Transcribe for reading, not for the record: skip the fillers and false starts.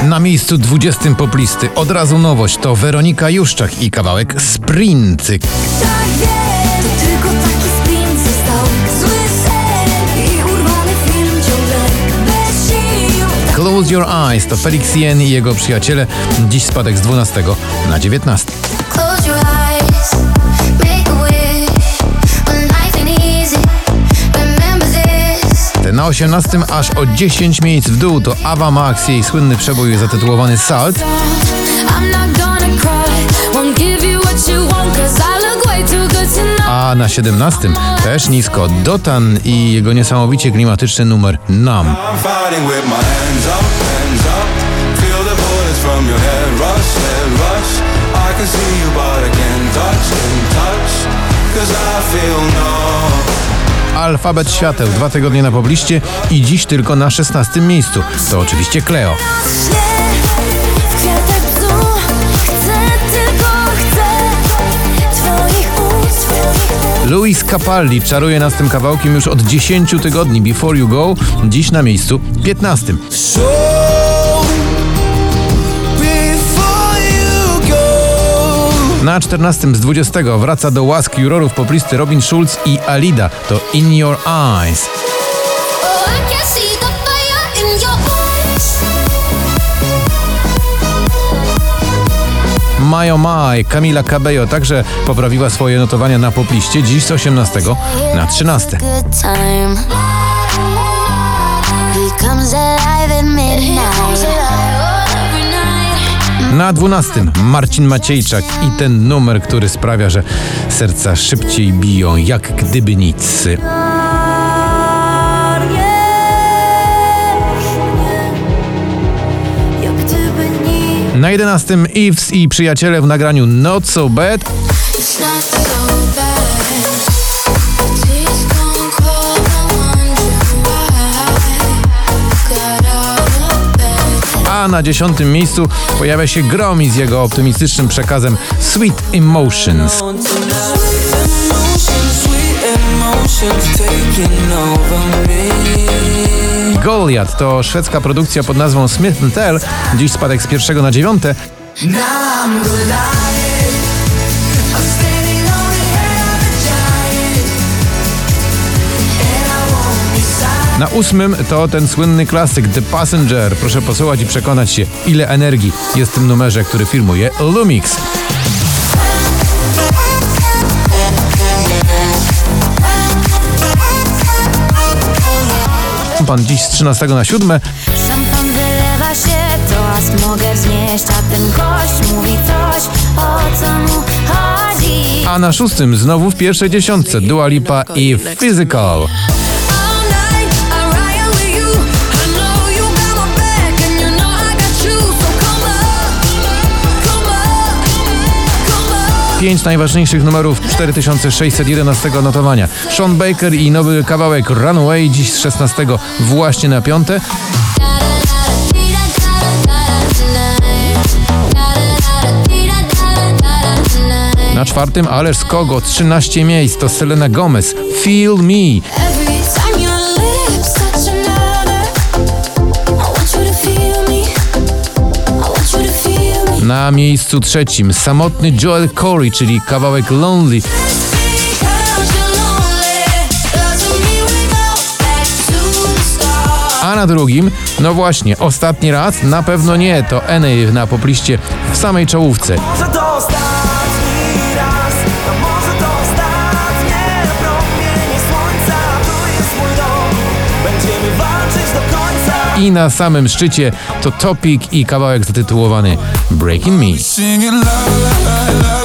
Na miejscu 20 poplisty od razu nowość to Weronika Juszczak i kawałek Sprint. Close Your Eyes to Felix Jen i jego przyjaciele. Dziś spadek z 12 na 19. Na 18 aż o 10 miejsc w dół to Ava Max, jej słynny przebój zatytułowany Salt. A na 17 też nisko Dotan i jego niesamowicie klimatyczny numer Numb. Alfabet świateł 2 tygodnie na pobliście i dziś tylko na 16 miejscu. To oczywiście Cleo. Luis Capaldi czaruje nas tym kawałkiem już od 10 tygodni. Before You Go dziś na miejscu 15. Na 14 z 20 wraca do łask jurorów poplisty Robin Schulz i Alida. To In Your Eyes. My Oh My, Camila Cabello także poprawiła swoje notowania na popliście. Dziś z 18 na 13. Na 12 Marcin Maciejczak i ten numer, który sprawia, że serca szybciej biją, jak gdyby nic. Na 11 Eves i przyjaciele w nagraniu Not So Bad. A na 10 miejscu pojawia się Gromi z jego optymistycznym przekazem Sweet Emotions. Goliath to szwedzka produkcja pod nazwą Smith & Tell. Dziś spadek z 1 na 9. Na 8 to ten słynny klasyk The Passenger. Proszę posłuchać i przekonać się, ile energii jest w tym numerze, który filmuje Lumix. Pan dziś z 13 na 7. Szampan wylewa się, toast mogę wznieść, a ten gość mówi coś, o co mu chodzi. A na 6 znowu w pierwszej dziesiątce Dua Lipa i Physical. Pięć najważniejszych numerów 4611 notowania. Sean Baker i nowy kawałek Runaway dziś z 16 właśnie na 5. Na 4 Ależ Kogo 13 miejsc to Selena Gomez Feel Me. Na miejscu 3 samotny Joel Corey, czyli kawałek Lonely. A na drugim, no właśnie, ostatni raz, na pewno nie, to NA na popliście w samej czołówce. I na samym szczycie to Topic i kawałek zatytułowany Breaking Me.